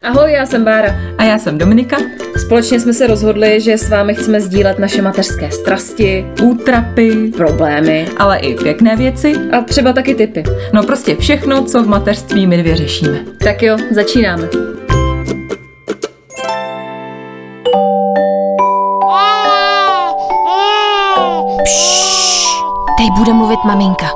Ahoj, já jsem Bára. A já jsem Dominika. Společně jsme se rozhodli, že s vámi chceme sdílet naše mateřské strasti, útrapy, problémy, ale i pěkné věci. A třeba taky tipy. No prostě všechno, co v mateřství my dvě řešíme. Tak jo, začínáme. Teď bude mluvit maminka.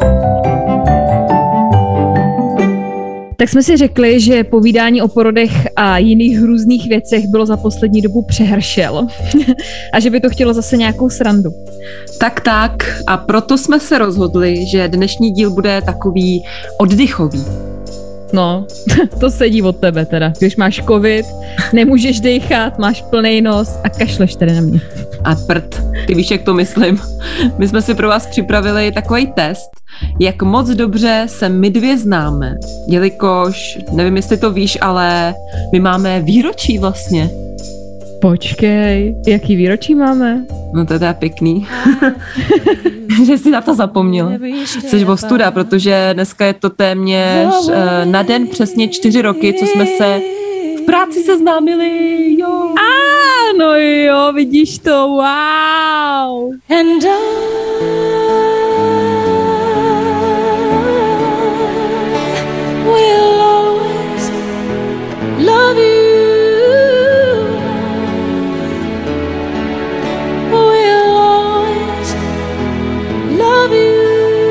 Tak jsme si řekli, že povídání o porodech a jiných hrůzných věcech bylo za poslední dobu přehršel a že by to chtělo zase nějakou srandu. Tak. A proto jsme se rozhodli, že dnešní díl bude takový oddychový. No, to sedí od tebe teda. Když máš covid, nemůžeš dýchat, máš plnej nos a kašleš tedy na mě. A prd, ty víš, jak to myslím. My jsme si pro vás připravili takový test, jak moc dobře se my dvě známe. Jelikož, nevím, jestli to víš, ale my máme výročí vlastně. Počkej, jaký výročí máme? No to je teda pěkný. Že jsi na to zapomněl. Jsi ostuda, protože dneska je to téměř na den přesně 4 roky, co jsme se v práci seznámili, jo. No jo, vidíš to, wow. And will always love you. Will always love you.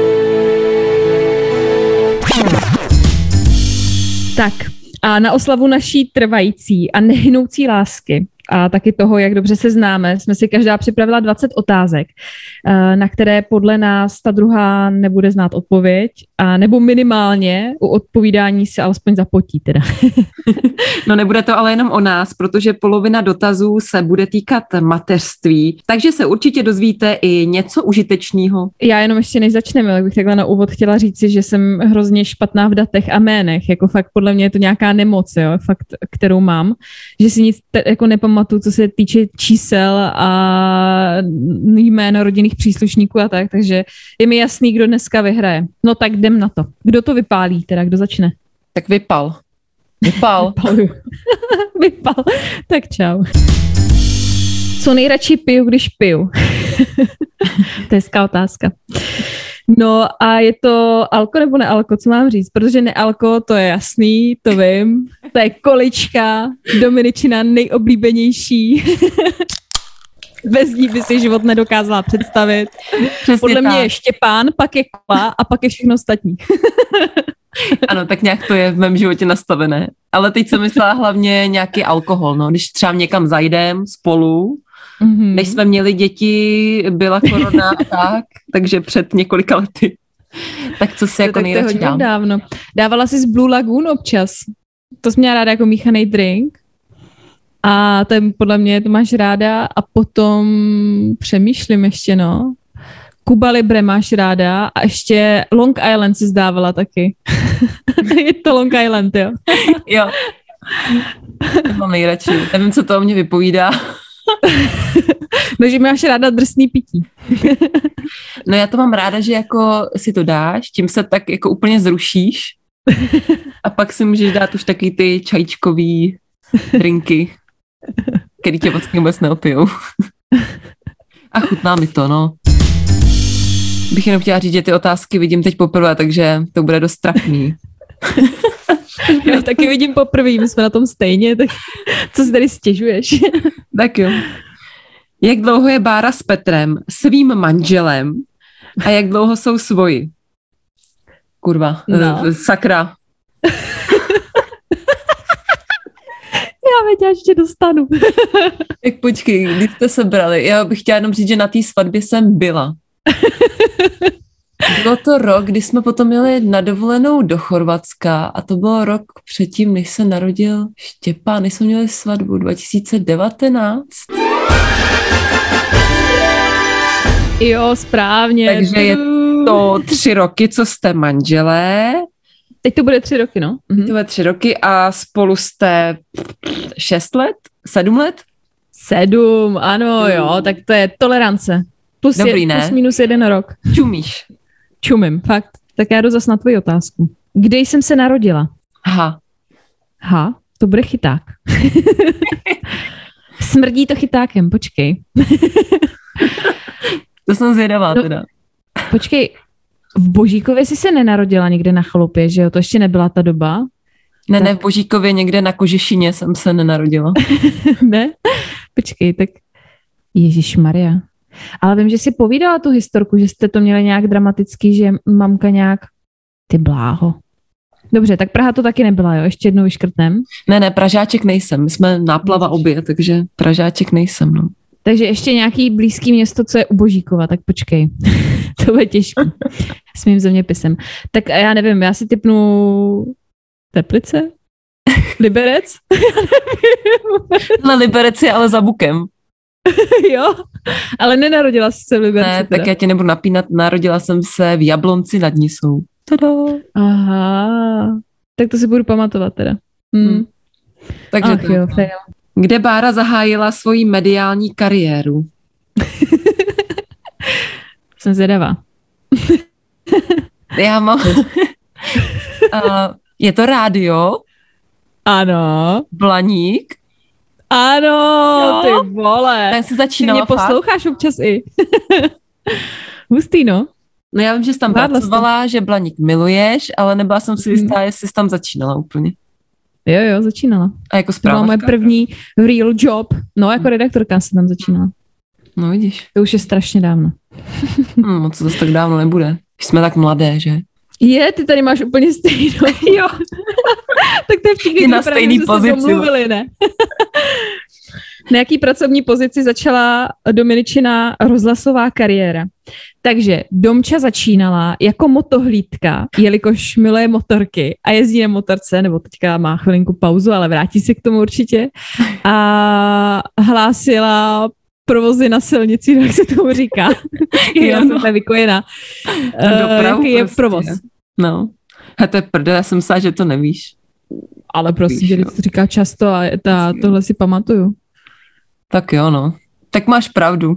Tak a na oslavu naší trvající a nehynoucí lásky a taky toho, jak dobře se známe, jsme si každá připravila 20 otázek, na které podle nás ta druhá nebude znát odpověď, a nebo minimálně u odpovídání se alespoň zapotí teda. No nebude to ale jenom o nás, protože polovina dotazů se bude týkat mateřství, takže se určitě dozvíte i něco užitečného. Já jenom ještě než začneme, tak bych takhle na úvod chtěla říci, že jsem hrozně špatná v datech a jménech, jako fakt podle mě je to nějaká nemoc, jo, fakt, kterou mám, že si nic jako nepamatuju, co se týče čísel a jméno rodinných příslušníků a tak, takže je mi jasný, kdo dneska vyhraje. No tak jdem na to. Kdo to vypálí teda, kdo začne? Tak vypal. Vypal. Tak čau. Co nejradši piju, když piju? To je hezká otázka. No a je to alko nebo nealko, co mám říct? Protože nealko, to je jasný, to vím. To je Količka, Dominičina nejoblíbenější. Bez ní by si život nedokázala představit. Přesně podle mě tak. je Štěpán, pak je Kola a pak je všechno ostatní. Ano, tak nějak to je v mém životě nastavené. Ale teď jsem myslela hlavně nějaký alkohol, no. Když třeba někam zajdem spolu, než jsme měli děti, byla korona a tak, takže před několika lety. Tak co si jako nejradši dám? Dávno. Dávala jsi z Blue Lagoon občas. To jsi měla ráda jako míchaný drink. A to je, podle mě to máš ráda a potom přemýšlím ještě, no. Cuba Libre máš ráda a ještě Long Island si zdávala taky. Je to Long Island, jo? Jo. To mám nejradši. Nevím, co to o mě vypovídá. No, že máš ráda drsný pití. No já to mám ráda, že jako si to dáš, tím se tak jako úplně zrušíš a pak si můžeš dát už taky ty čajíčkový drinky, který tě vlastně vůbec neopijou. A chutná mi to, no. Bych jenom chtěla říct, že ty otázky vidím teď poprvé, takže to bude dost trapný. Já taky vidím poprvé, my jsme na tom stejně, tak co si tady stěžuješ? Tak jo. Jak dlouho je Bára s Petrem, svým manželem, a jak dlouho jsou svoji? Kurva, no. Sakra. Já věděla, že tě dostanu. Tak počkej, když jste se brali? Já bych chtěla jenom říct, že na té svatbě jsem byla. Bylo to rok, kdy jsme potom jeli na dovolenou do Chorvatska a to bylo rok předtím, než se narodil Štěpán, než jsme měli svatbu 2019. Jo, správně. Takže je to 3 roky, co jste manželé. Teď to bude 3 roky, no. To bude 3 roky a spolu jste 6 let? 7 let? 7, ano, jo, tak to je tolerance. Plus minus 1 rok. Čumíš. Čumím, fakt. Tak já jdu zas na tvoji otázku. Kde jsem se narodila? Ha. To bude chyták. Smrdí to chytákem, počkej. To jsem zvědavá teda. Počkej, v Božíkově jsi se nenarodila někde na chalupě, že jo? To ještě nebyla ta doba? Ne, v Božíkově někde na Kožešině jsem se nenarodila. Ne? Počkej, tak Ježišmarja. Ale vím, že jsi povídala tu historku, že jste to měli nějak dramatický, že mamka nějak... Ty bláho. Dobře, tak Praha to taky nebyla, jo? Ještě jednou vyškrtnem. Ne, Pražáček nejsem. My jsme náplava obě, takže Pražáček nejsem, no. Takže ještě nějaký blízký město, co je u Božíkova, tak počkej. To bude těžké. S mým zeměpisem. Tak já nevím, já si tipnu Teplice? Liberec? Ale Liberec je ale za Bukem. Jo, ale nenarodila jsi se v Liberci. Ne, teda. tak já tě nebudu napínat, narodila jsem se v Jablonci nad Nisou. Tada. Aha, tak to si budu pamatovat teda. Takže ach jo, fail. Kde Bára zahájila svoji mediální kariéru? Jsem zvědavá. Já mám... je to rádio? Ano. Blaník? Ano, Jo. ty vole. Ten si Ty začínala mě posloucháš občas i. Hustý, no. No já vím, že jsi tam Zvládla pracovala, že Blaník miluješ, ale nebyla jsem si jistá, jestli jsi tam začínala úplně. Jo, začínala. A jako To byla moje zprávačka? první real job. No, jako redaktorka jsem tam začínala. No vidíš. To už je strašně dávno. To zase tak dávno nebude. Jsme tak mladé, že? Ty tady máš úplně stejnou. Jo. Tak to je vtipný, I na že právě stejný jsme se pozici. domluvili, ne? Na jaký pracovní pozici začala Dominičina rozhlasová kariéra? Takže Domča začínala jako motohlídka, jelikož miluje motorky a jezdí na motorce, nebo teďka má chvilinku pauzu, ale vrátí se k tomu určitě. A hlásila provozy na silnici, jak se tomu říká. Já jsem ta vykojená. Jaký je provoz? No. A to je prdel, já jsem myslela, že to nevíš. Ale prosím, Víš, že jo. to říká často a tohle si pamatuju. Tak jo, no. Tak máš pravdu.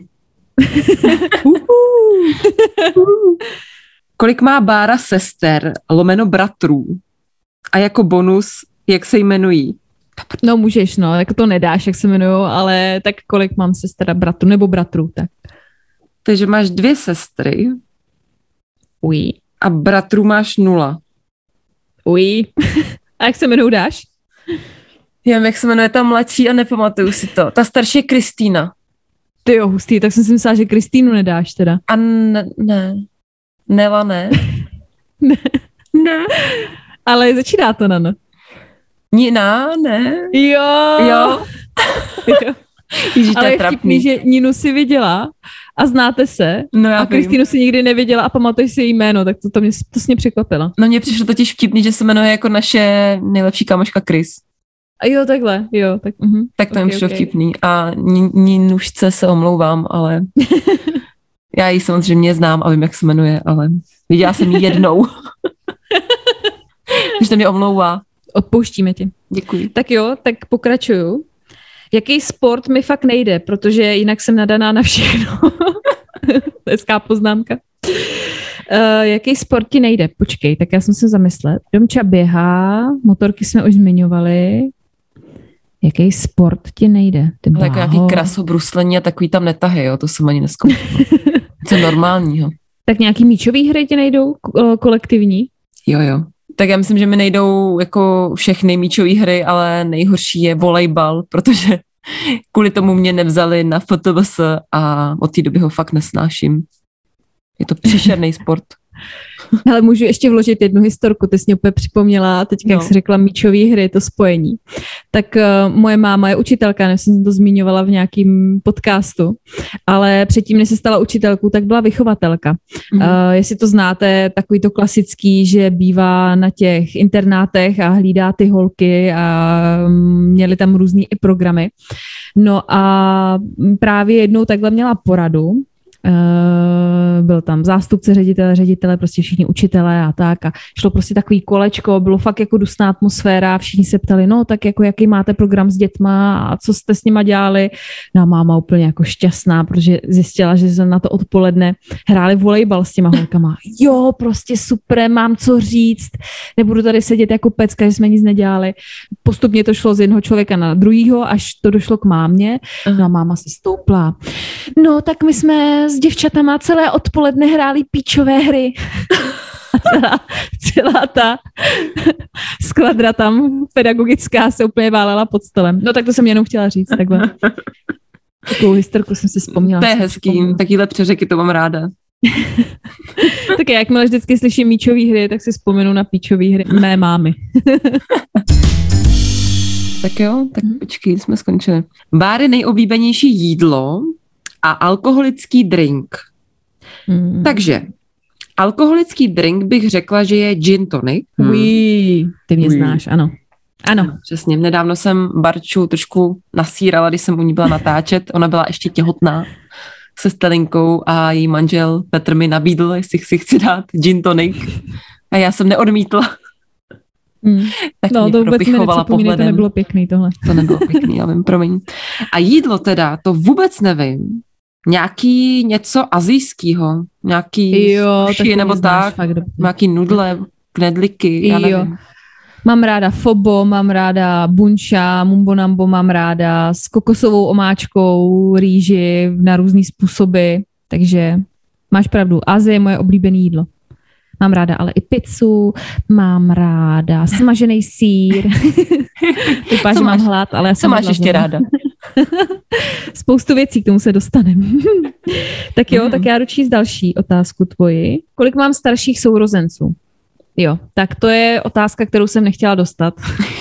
Kolik má Bára sester, lomeno bratrů? A jako bonus, jak se jmenují? No můžeš, no, jako to nedáš, jak se jmenujou, ale tak kolik mám sestera bratru nebo bratrů, tak. Takže máš 2 sestry Uj. a bratrů máš 0. Uj. A jak se jmenují dáš? Já vím, jak se jmenuje ta mladší a nepamatuju si to. Ta starší je Kristýna. Ty jo, hustý, tak jsem si myslela, že Kristýnu nedáš teda. A ne. Nela ne. Ne. Ale začíná to na no. Nina, ne. Jo. Jo. Ježíš, to Ale je je vtipný, trapný. že Ninu si viděla a znáte se No já a vím. Kristýnu si nikdy neviděla a pamatuješ si její jméno, tak to mě překvapilo. No mně přišlo totiž vtipný, že se jmenuje jako naše nejlepší kamoška Chris. A jo, takhle, jo. Tak, Tak to mi přišlo vtipný. A Ninušce se omlouvám, ale já ji samozřejmě znám a vím, jak se jmenuje, ale viděla jsem ji jednou. Když to mě omlouvá. Odpouštíme ti. Děkuji. Tak jo, tak pokračuju. Jaký sport mi fakt nejde, protože jinak jsem nadaná na všechno. To je hezká poznámka. Jaký sport ti nejde? Počkej, tak já jsem se zamyslet. Domča běhá, motorky jsme už zmiňovali. Jaký sport ti nejde? Ty Ale jako bláho. nějaký krasobruslení a takový tam netahy, jo, to jsem ani nezkoušela. Co normálního. Tak nějaký míčový hry ti nejdou? Kolektivní? Jo. Tak já myslím, že mi nejdou jako všechny míčové hry, ale nejhorší je volejbal, protože kvůli tomu mě nevzali na FTVS a od té doby ho fakt nesnáším. Je to příšerný sport. Ale můžu ještě vložit jednu historku, ty jsi mě úplně připomněla, teďka, jak jsi řekla míčový hry, to spojení. Tak moje máma je učitelka, než jsem to zmiňovala v nějakém podcastu, ale předtím, než se stala učitelkou, tak byla vychovatelka. Jestli to znáte, takový to klasický, že bývá na těch internátech a hlídá ty holky a měli tam různý i programy. No a právě jednou takhle měla poradu, byl tam zástupce ředitele, prostě všichni učitelé a tak a šlo prostě takový kolečko, bylo fakt jako dusná atmosféra, všichni se ptali, no tak jako jaký máte program s dětma a co jste s nima dělali. No a máma úplně jako šťastná, protože zjistila, že jsme na to odpoledne hráli volejbal s těma holkama. Jo, prostě super, mám co říct, nebudu tady sedět jako pecka, že jsme nic nedělali. Postupně to šlo z jednoho člověka na druhýho, až to došlo k mámě. No a máma se stoupla. No, tak my jsme s děvčatama celé odpoledne hráli píčové hry. A celá ta skvadra tam pedagogická se úplně válela pod stolem. No tak to jsem jenom chtěla říct, takhle. Takovou historku jsem si vzpomněla. To je hezký, takýhle přeřeky, to mám ráda. Tak jakmile vždycky slyším míčové hry, tak si vzpomenu na píčové hry mé mámy. Tak jo, tak počkej, jsme skončili. Báry nejoblíbenější jídlo a alkoholický drink. Takže alkoholický drink bych řekla, že je gin tonic. Ty mě znáš, ano. Ano. Přesně, nedávno jsem Barču trošku nasírala, když jsem u ní byla natáčet. Ona byla ještě těhotná se Stelinkou a její manžel Petr mi nabídl, jestli si chci dát gin tonic. A já jsem neodmítla. Tak no, to vůbec mi nepřipomínej, to nebylo pěkný tohle. To nebylo pěkný, já vím, promiň. A jídlo teda, to vůbec nevím. Nějaký něco asijského, nějaký sushi nebo tak, nějaký nudle, knedliky, já nevím. Mám ráda fobo, mám ráda buncha, mumbonambo mám ráda s kokosovou omáčkou, rýži na různý způsoby, takže máš pravdu, Asie je moje oblíbené jídlo. Mám ráda ale i pizzu, mám ráda smažený sýr. Vypadá, že mám hlad, ale já jsem... Co máš ještě ráda? Spoustu věcí, k tomu se dostaneme. Tak jo, tak já jdu číst další otázku tvoji. Kolik mám starších sourozenců? Jo, tak to je otázka, kterou jsem nechtěla dostat.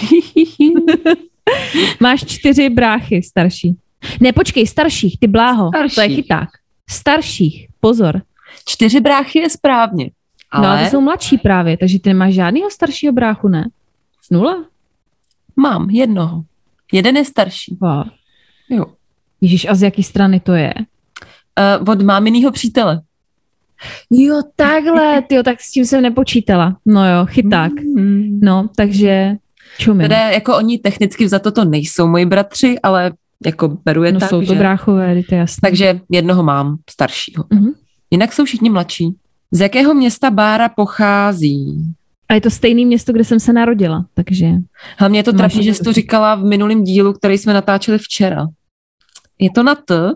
Máš 4 bráchy starší. Ne, počkej, starších, ty bláho. Starších. To je chyták. Starších, pozor. 4 bráchy je správně. Ale... No, ale ty jsou mladší právě, takže ty nemáš žádného staršího bráchu, ne? 0? Mám jednoho. Jeden je starší. Wow. Jo. Ježíš, a z jaký strany to je? Od máminýho přítele. Jo, takhle, tyjo, tak s tím jsem nepočítala. No jo, chyták. No, takže čumím. Teda jako oni technicky vzato to nejsou moji bratři, ale jako beru je no tak, jsou to že... bráchové, to je jasné. Takže jednoho mám, staršího. Jinak jsou všichni mladší. Z jakého města Bára pochází? A je to stejné město, kde jsem se narodila, takže... Hlavně je to trapný, že jsi to říkala v minulém dílu, který jsme natáčeli včera. Je to na T?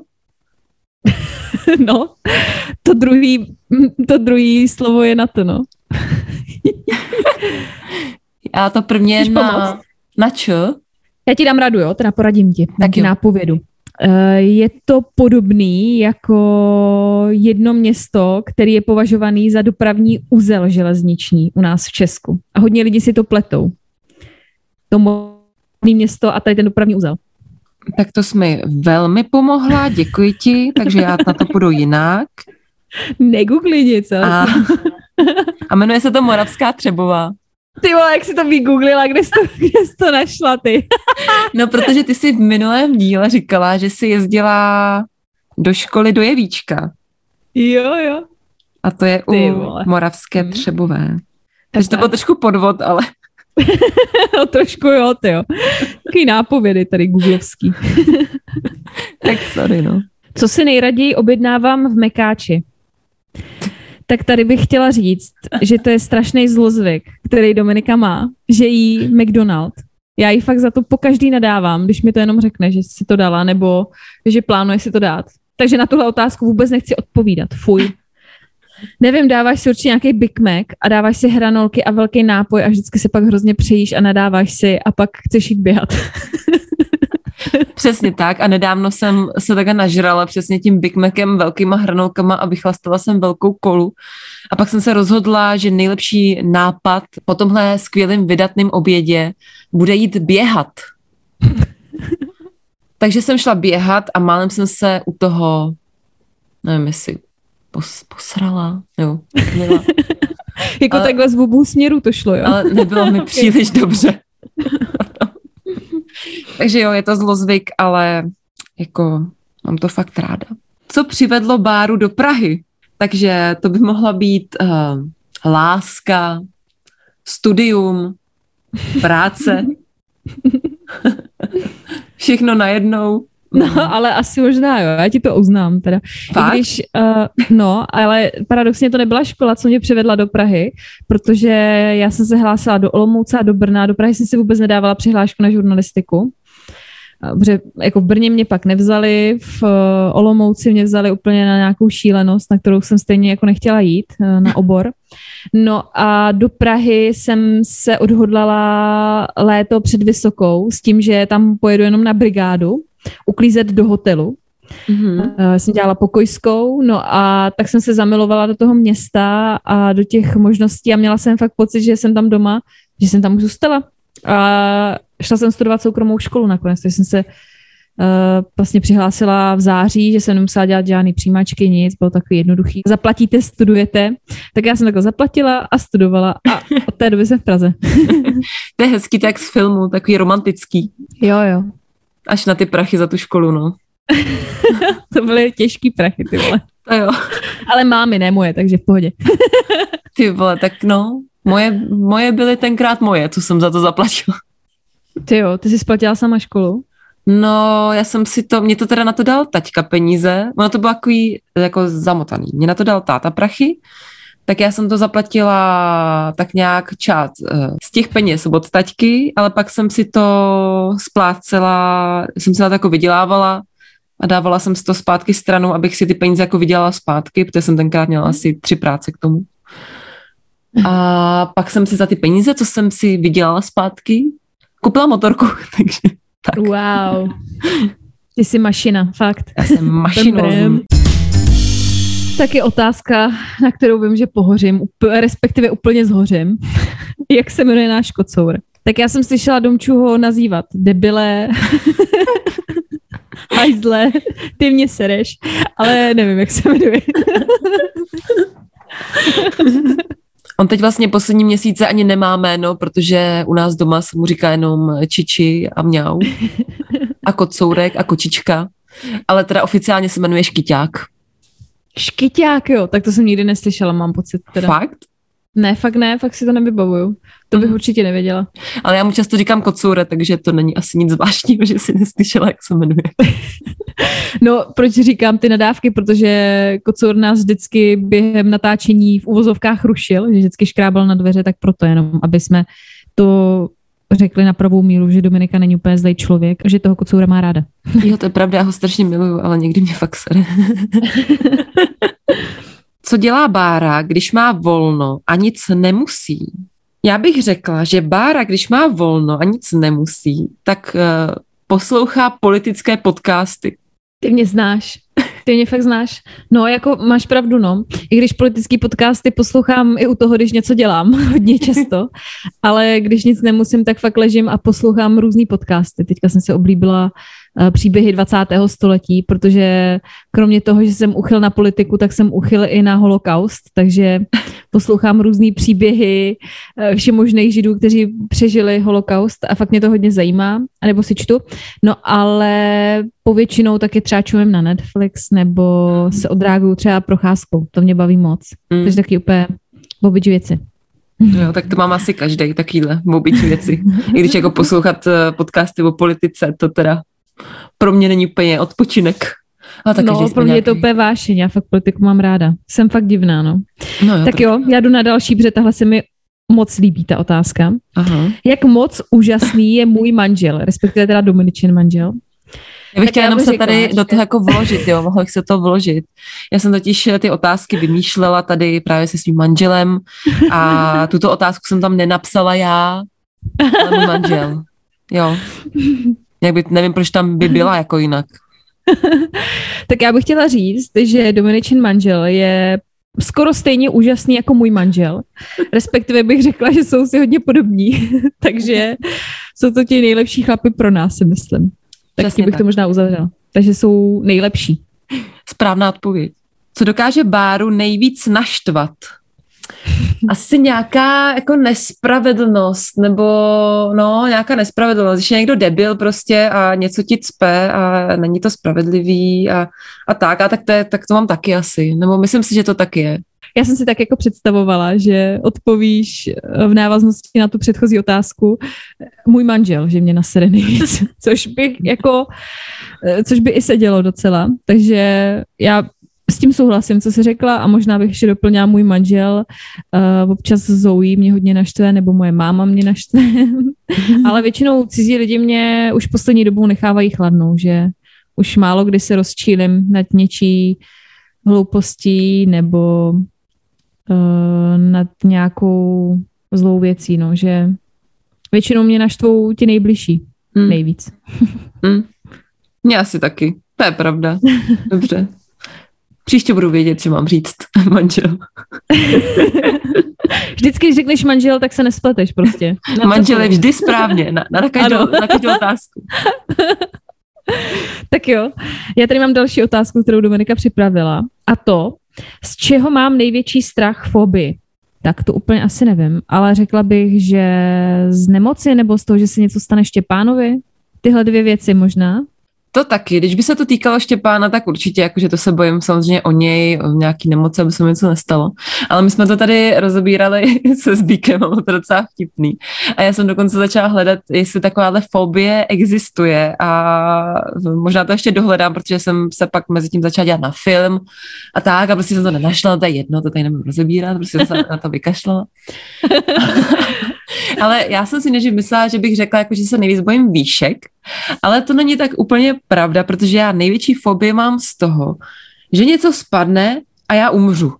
No, to druhý slovo je na T, no. A to první je na Č? Já ti dám radu, jo, teda poradím ti. Tak jo. Nápovědu. Je to podobný jako jedno město, který je považovaný za dopravní uzel železniční u nás v Česku. A hodně lidí si to pletou. To modné město a tady ten dopravní uzel. Tak to jsi mi velmi pomohla, děkuji ti, takže já na to půjdu jinak. Negoogli něco. A jmenuje se to Moravská Třebová. Ty vole, jak jsi to vygooglila, kde jsi to našla ty? No, protože ty jsi v minulém díle říkala, že jsi jezdila do školy do Jevíčka. Jo. A to je u Moravské Třebové. Takže to byl trošku podvod, ale... No trošku jo, tyjo. Takový nápovědy tady googlovský. Tak sorry, no. Co si nejraději objednávám v Mekáči? Tak tady bych chtěla říct, že to je strašný zlozvyk, který Dominika má, že jí McDonald. Já jí fakt za to pokaždý nadávám, když mi to jenom řekne, že si to dala, nebo že plánuje si to dát. Takže na tuhle otázku vůbec nechci odpovídat. Fuj. Nevím, dáváš si určitě nějaký Big Mac a dáváš si hranolky a velký nápoj a vždycky se pak hrozně přejíš a nadáváš si a pak chceš jít běhat. Přesně tak a nedávno jsem se takhle nažrala přesně tím Big Macem, velkýma hranolkama a vychlastala jsem velkou kolu a pak jsem se rozhodla, že nejlepší nápad po tomhle skvělým vydatným obědě bude jít běhat. Takže jsem šla běhat a málem jsem se u toho, nevím jestli posrala, jo. Jako ale, takhle z obou směrů to šlo, jo? Ale nebylo mi příliš dobře. Takže jo, je to zlozvyk, ale jako mám to fakt ráda. Co přivedlo Báru do Prahy? Takže to by mohla být láska, studium, práce, všechno najednou. No, ale asi možná, jo, já ti to uznám teda. Fakt? I když, ale paradoxně to nebyla škola, co mě přivedla do Prahy, protože já jsem se hlásila do Olomouce a do Brna. Do Prahy jsem si vůbec nedávala přihlášku na žurnalistiku. Protože jako v Brně mě pak nevzali, v Olomouci mě vzali úplně na nějakou šílenost, na kterou jsem stejně jako nechtěla jít, na obor. No a do Prahy jsem se odhodlala léto před vysokou s tím, že tam pojedu jenom na brigádu, uklízet do hotelu. Jsem dělala pokojskou, no a tak jsem se zamilovala do toho města a do těch možností a měla jsem fakt pocit, že jsem tam doma, že jsem tam už zůstala. A šla jsem studovat soukromou školu nakonec, takže jsem se vlastně přihlásila v září, že jsem nemusela dělat žádný přijímačky, nic, bylo takový jednoduchý. Zaplatíte, studujete, tak já jsem takhle zaplatila a studovala a od té doby jsem v Praze. To je hezký, tak z filmu, takový romantický. Jo. Až na ty prachy za tu školu, no. To byly těžký prachy, ty vole. To jo. Ale mámy, ne moje, takže v pohodě. Ty vole, tak no, moje byly tenkrát moje, co jsem za to zaplatila. Ty jo, ty jsi splatila sama školu? No, mě to teda na to dal taťka peníze, ono to bylo takový jako zamotaný. Mě na to dal táta prachy, tak já jsem to zaplatila tak nějak část z těch peněz od taťky, ale pak jsem si to splácela, jsem se na to jako vydělávala a dávala jsem si to zpátky stranou, abych si ty peníze jako vydělala zpátky, protože jsem tenkrát měla asi 3 práce k tomu. A pak jsem si za ty peníze, co jsem si vydělala zpátky, koupila motorku, takže tak. Wow. Ty jsi mašina, fakt. Já jsem mašinózní. Tak je otázka, na kterou vím, že pohořím, respektive úplně zhořím. Jak se jmenuje náš kocour? Tak já jsem slyšela Domču ho nazývat debile, hajzle, ty mě sereš, ale nevím, jak se jmenuje. On teď vlastně poslední měsíce ani nemá jméno, protože u nás doma se mu říká jenom Čiči a Mňau a Kocourek a Kočička, ale teda oficiálně se jmenuje Škyťák. Škyťák, jo, tak to jsem nikdy neslyšela, mám pocit. Teda. Fakt? Ne, fakt si to nevybavuju. To bych určitě nevěděla. Ale já mu často říkám Kocoure, takže to není asi nic zvláštního, že si neslyšela, jak se jmenuje. No, proč říkám ty nadávky? Protože Kocour nás vždycky během natáčení v uvozovkách rušil, že vždycky škrábal na dveře, tak proto jenom, aby jsme to řekli na pravou míru, že Dominika není úplně zlej člověk, že toho Kocoura má ráda. Jo, to je pravda, já ho strašně miluju, ale někdy mě fakt sere. Co dělá Bára, když má volno a nic nemusí? Já bych řekla, že Bára, když má volno a nic nemusí, tak poslouchá politické podcasty. Ty mě znáš. Ty mě fakt znáš. No, jako máš pravdu, no. I když politický podcasty poslouchám i u toho, když něco dělám, hodně často, ale když nic nemusím, tak fakt ležím a poslouchám různý podcasty. Teďka jsem se oblíbila příběhy 20. století, protože kromě toho, že jsem uchyl na politiku, tak jsem uchyl i na holokaust, takže poslouchám různý příběhy všemožných Židů, kteří přežili holokaust a fakt mě to hodně zajímá, anebo si čtu. No ale povětšinou taky třeba čumím na Netflix nebo se odráguju třeba procházkou, to mě baví moc. Takže taky úplně obyč věci. Jo, tak to mám asi každej, takovýhle obyč věci. I když jako poslouchat podcasty o politice, to teda pro mě není úplně odpočinek. No, pro mě je to úplně vášeň, já fakt politiku mám ráda. Jsem fakt divná, no. Tak jo, já jdu na další, protože tahle se mi moc líbí ta otázka. Aha. Jak moc úžasný je můj manžel, respektive teda Dominičin manžel? Já bych chtěla jenom se tady do toho jako vložit, jo, mohla bych se to vložit. Já jsem totiž ty otázky vymýšlela tady právě se svým manželem a tuto otázku jsem tam nenapsala já, ale můj manžel. Jo. Nevím, proč tam by byla jako jinak. Tak já bych chtěla říct, že Dominičin manžel je skoro stejně úžasný jako můj manžel. Respektive bych řekla, že jsou si hodně podobní. Takže jsou to ti nejlepší chlapy pro nás, si myslím. Tak bych to možná uzavřela. Takže jsou nejlepší. Správná odpověď. Co dokáže Báru nejvíc naštvat? Asi nějaká jako nespravedlnost, nebo no, nějaká nespravedlnost, když je někdo debil prostě a něco ti cpe a není to spravedlivý a tak to mám taky asi, nebo myslím si, že to taky je. Já jsem si tak jako představovala, že odpovíš v návaznosti na tu předchozí otázku můj manžel, že mě nasere nejvíc, což by i sedělo docela. Takže já s tím souhlasím, co jsi řekla a možná bych ještě doplnila můj manžel. Občas Zoe mě hodně naštve, nebo moje máma mě naštve. Ale většinou cizí lidi mě už poslední dobou nechávají chladnou, že už málo kdy se rozčílim nad něčí hloupostí nebo nad nějakou zlou věcí, no, že většinou mě naštvou ti nejbližší nejvíc. Mě asi taky, to je pravda. Dobře. Příště budu vědět, co mám říct manžel. Vždycky, když řekneš manžel, tak se nespleteš prostě. Manžel je vždy správně, na každou otázku. Tak jo, já tady mám další otázku, kterou Dominika připravila. A to, z čeho mám největší strach, fobii? Tak to úplně asi nevím, ale řekla bych, že z nemoci nebo z toho, že se něco stane Štěpánovi? Tyhle dvě věci možná? To taky, když by se to týkalo Štěpána, tak určitě, jakože to se bojím samozřejmě o něj, o nějaký nemoci, aby se mi něco nestalo. Ale my jsme to tady rozebírali se Zbíkem, bylo to docela vtipný. A já jsem dokonce začala hledat, jestli takováhle fobie existuje a možná to ještě dohledám, protože jsem se pak mezi tím začala dělat na film a tak a prostě jsem to nenašla, to je jedno, to tady nebudu rozebírat, prostě jsem se na to vykašlala. Ale já jsem si než myslela, že bych řekla, jako, že se nejvíc bojím výšek, ale to není tak úplně pravda, protože já největší fobii mám z toho, že něco spadne a já umřu.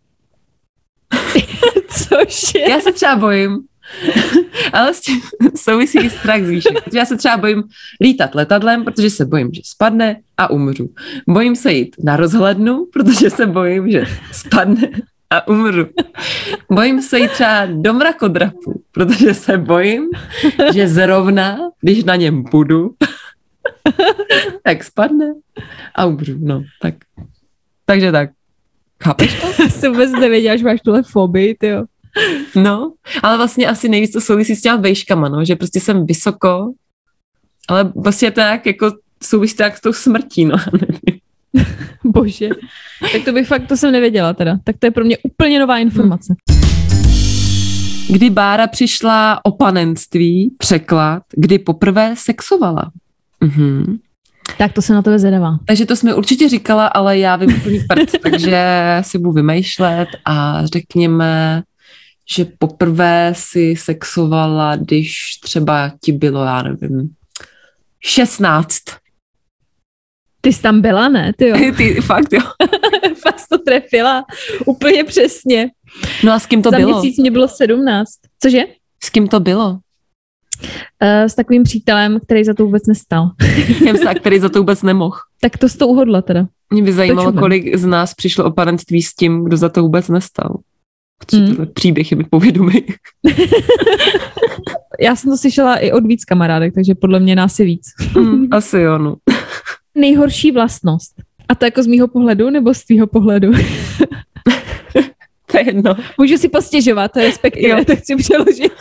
Cože? Já se třeba bojím, ale s tím souvisí strach z výšek. Protože já se třeba bojím lítat letadlem, protože se bojím, že spadne a umřu. Bojím se jít na rozhlednu, protože se bojím, že spadne a umřu. Bojím se jít třeba do mrakodrapu, protože se bojím, že zrovna, když na něm budu, tak spadne a umřu. No, tak. Takže tak. Chápeš to? Jsem vůbec nevěděla, že máš tuhle fobii, tyjo. No, ale vlastně asi nejvíc to souvisí s těma vejškama, no, že prostě jsem vysoko, ale vlastně to nějak jako souvisí tak s tou smrtí, no, nevím. Bože, tak to bych fakt, to jsem nevěděla teda. Tak to je pro mě úplně nová informace. Kdy Bára přišla o panenství, překlad, kdy poprvé sexovala. Mhm. Tak to jsem na tebe zvědavá. Takže to jsme určitě říkala, ale já vím úplný prd, takže si budu vymýšlet a řekněme, že poprvé si sexovala, když třeba ti bylo, já nevím, 16. Ty jsi tam byla, ne? Ty jo. Ty fakt, jo. Fakt to trefila úplně přesně. No a s kým to bylo? Za měsíc mě bylo 17. Cože? S kým to bylo? S takovým přítelem, který za to vůbec nestal. Který za to vůbec nemohl. Tak to jsi to uhodla teda. Mě by zajímalo, kolik z nás přišlo o panenství s tím, kdo za to vůbec nestal. Tenhle příběh je mi povědomý. Já jsem to slyšela i od víc kamarádek, takže podle mě nás je víc. Asi jo, no. Nejhorší vlastnost. A to jako z mýho pohledu, nebo z tvýho pohledu? To je jedno. Můžu si postěžovat, respektive, to chci přeložit.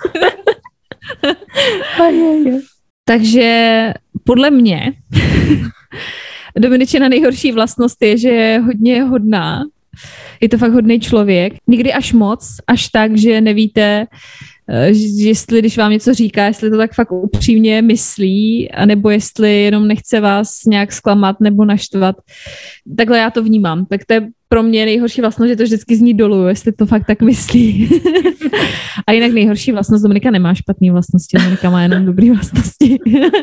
Takže podle mě Dominičina nejhorší vlastnost je, že je hodně hodná. Je to fakt hodný člověk. Někdy až moc, až tak, že nevíte, jestli když vám něco říká, jestli to tak fakt upřímně myslí, anebo jestli jenom nechce vás nějak zklamat nebo naštvat. Takhle já to vnímám. Tak to je pro mě nejhorší vlastnost, že to vždycky zní dolů, jestli to fakt tak myslí. A jinak nejhorší vlastnost, Dominika nemá špatný vlastnosti, Dominika má jenom dobrý vlastnosti.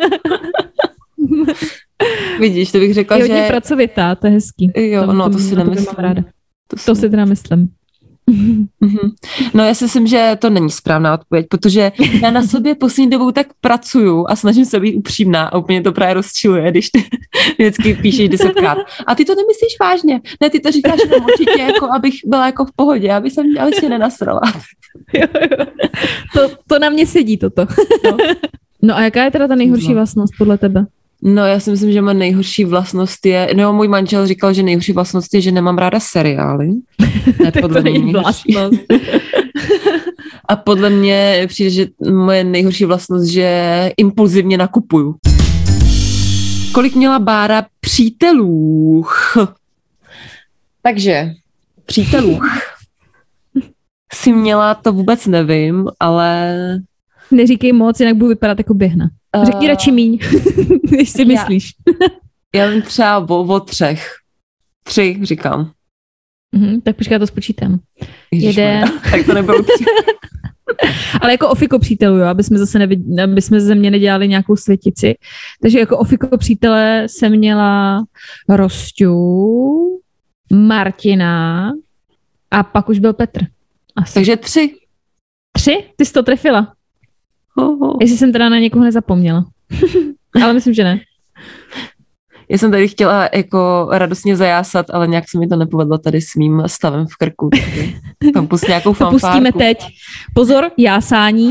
Vidíš, to bych řekla, je že... hodně pracovitá, to je hezký. Jo, no to si nemyslím. Ráda. To si teda myslím. No já si myslím, že to není správná odpověď, protože já na sobě poslední dobou tak pracuju a snažím se být upřímná a úplně to právě rozčiluje, když ty vždycky píšeš 10krát. A ty to nemyslíš vážně. Ne, ty to říkáš určitě, jako abych byla jako v pohodě, aby si nenasrala. Jo. To na mě sedí toto. No a jaká je teda ta nejhorší vlastnost podle tebe? No, já si myslím, že má nejhorší vlastnost je, no, můj manžel říkal, že nejhorší vlastnost je, že nemám ráda seriály. Ne, Tak to není vlastnost. A podle mě přijde, že moje nejhorší vlastnost, že impulzivně nakupuju. Kolik měla Bára přítelů? Takže, přítelů. Si měla, to vůbec nevím, ale... Neříkej moc, jinak budu vypadat jako běhna. Řekni radši míň, když si myslíš. Já vím třeba o 3. 3 říkám. Tak počkej, já to spočítám. Jeden. Tak to nebylo 3. Ale jako ofiko přítelů, jo, aby jsme ze mě nedělali nějakou světici. Takže jako ofiko přítele jsem měla Rosťu, Martina a pak už byl Petr. Asi. Takže 3. 3? Ty jsi to trefila. Jestli jsem teda na někoho nezapomněla. Ale myslím, že ne. Já jsem tady chtěla jako radostně zajásat, ale nějak se mi to nepovedlo tady s mým stavem v krku. Tam pust nějakou fanfárku. To pustíme teď. Pozor, jásání.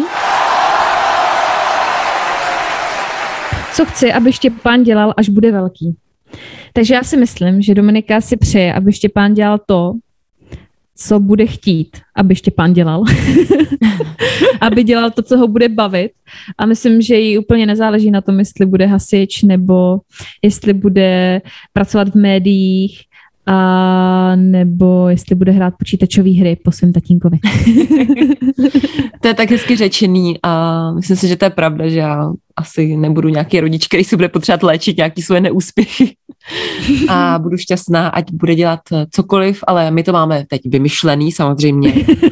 Co chci, aby Štěpán dělal, až bude velký. Takže já si myslím, že Dominika si přeje, aby Štěpán dělal to, co bude chtít, aby Štěpán dělal. Aby dělal to, co ho bude bavit. A myslím, že jí úplně nezáleží na tom, jestli bude hasič, nebo jestli bude pracovat v médiích, a nebo jestli bude hrát počítačové hry po svém tatínkovi. To je tak hezky řečený a myslím si, že to je pravda, že já asi nebudu nějaký rodič, který si bude potřebovat léčit nějaký svoje neúspěchy. A budu šťastná, ať bude dělat cokoliv, ale my to máme teď vymyšlený samozřejmě.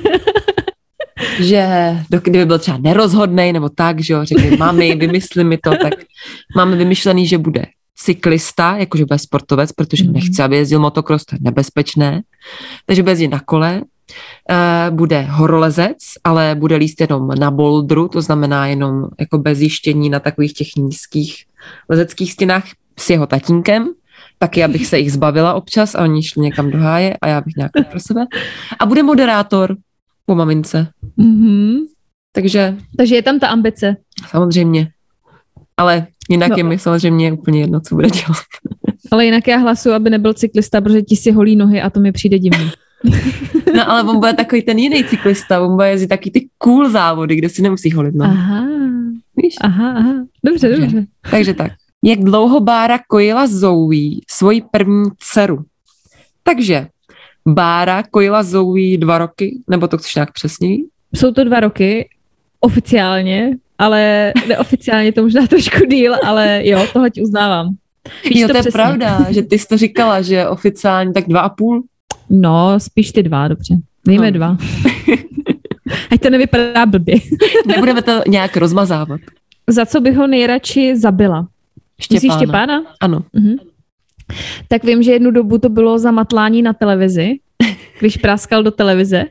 Že kdyby byl třeba nerozhodnej nebo tak, že jo, řekli mami, vymysli mi to, tak máme vymyšlený, že bude cyklista, jakože bude sportovec, protože nechce, aby jezdil motocross, to je nebezpečné. Takže bude jezdit na kole, bude horolezec, ale bude líst jenom na bouldru, to znamená jenom jako bez jištění na takových těch nízkých lezeckých stěnách s jeho tatínkem. Taky, abych se jich zbavila občas a oni šli někam do háje a já bych nějak pro sebe. A bude moderátor po mamince. Takže je tam ta ambice. Samozřejmě. Ale jinak je mi samozřejmě úplně jedno, co bude dělat. Ale jinak já hlasuju, aby nebyl cyklista, protože ti si holí nohy a to mi přijde divný. No ale on bude takový ten jiný cyklista, on bude jezdit taky ty cool závody, kde si nemusí holit nohy. Aha. Víš? Aha. Dobře. Takže tak. Jak dlouho Bára kojila Zoe, svoji první dceru? Takže Bára kojila Zoe 2 roky, nebo to chceš nějak přesněji? Jsou to 2 roky, oficiálně, ale neoficiálně to možná trošku díl, ale jo, tohle ti uznávám. Jo, to je pravda, že ty jsi to říkala, že oficiálně tak 2,5? No, spíš ty 2, dobře. Dejme 2. Ať to nevypadá blbě. Nebudeme to nějak rozmazávat. Za co bych ho nejradši zabila? Myslíš Štěpána? Ano. Tak vím, že jednu dobu to bylo za matlání na televizi, když práskal do televize.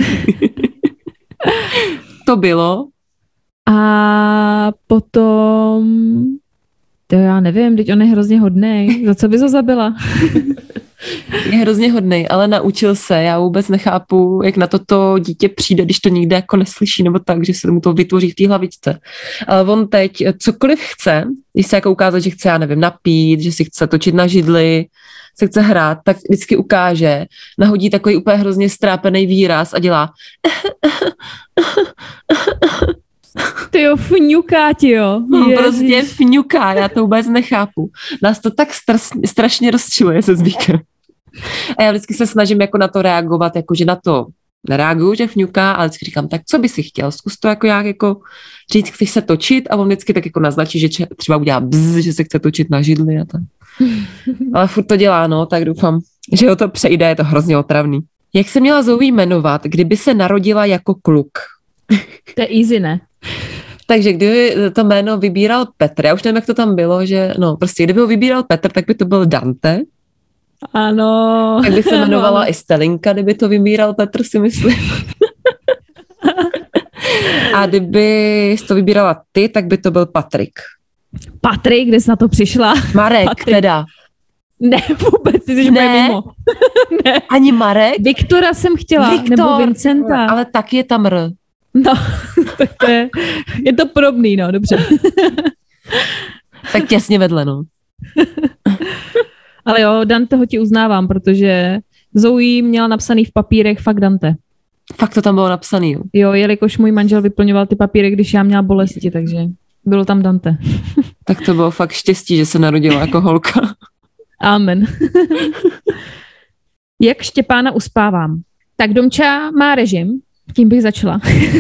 To bylo. A potom, to já nevím, teď on je hrozně hodnej. Za co bys ho zabila? Je hrozně hodnej, ale naučil se. Já vůbec nechápu, jak na to dítě přijde, když to nikde jako neslyší, nebo tak, že se mu to vytvoří v té hlavičce. Ale on teď cokoliv chce, když se jako ukázat, že chce, já nevím, napít, že si chce točit na židli, se chce hrát, tak vždycky ukáže, nahodí takový úplně hrozně strápený výraz a dělá Tyjo, fňuká ti, jo. Prostě fňuká, já to vůbec nechápu. Nás to tak strašně rozčiluje se zvykem. A já vždycky se snažím jako na to reagovat, jako že na to nereaguju, že fňuká, ale vždycky říkám, tak co by si chtěl? Zkus to jako jak jako říct, chceš se točit a on vždycky tak jako naznačí, že třeba udělá bzz, že se chce točit na židli a tak. Ale furt to dělá, no, tak doufám, že ho to přejde, je to hrozně otravný. Jak se měla Zoe jmenovat, kdyby se narodila jako kluk? To je easy, ne? Takže kdyby to jméno vybíral Petr, já už nevím, jak to tam bylo, že no, prostě kdyby ho vybíral Petr, tak by to byl Dante. Ano. Tak by se jmenovala i Stelinka, kdyby to vybíral Petr, si myslím. A kdyby to vybírala ty, tak by to byl Patrik. Patrik, kde jsi na to přišla? Marek, Patrik. teda. Ne, vůbec, ty jsi úplně mimo. Ne. Ani Marek? Viktora jsem chtěla, nebo Vincenta. Ale tak je tam R. No, tak je to podobný, no, dobře. Tak těsně vedle, no. Ale jo, Danteho ti uznávám, protože Zoe měla napsaný v papírech fakt Dante. Fakt to tam bylo napsaný, jo. Jo, jelikož můj manžel vyplňoval ty papíry, když já měla bolesti, takže bylo tam Dante. Tak to bylo fakt štěstí, že se narodila jako holka. Amen. Jak Štěpána uspávám? Tak Domča má režim, tím bych začala,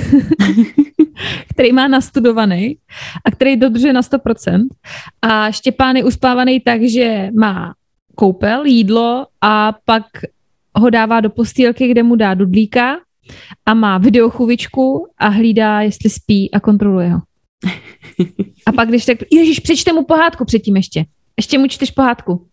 který má nastudovaný a který dodržuje na 100%. A Štěpán je uspávaný tak, že má koupel, jídlo a pak ho dává do postýlky, kde mu dá dudlíka a má videochůvičku a hlídá, jestli spí a kontroluje ho. A pak když tak, ježiš, přečte mu pohádku předtím ještě. Ještě mu čteš pohádku.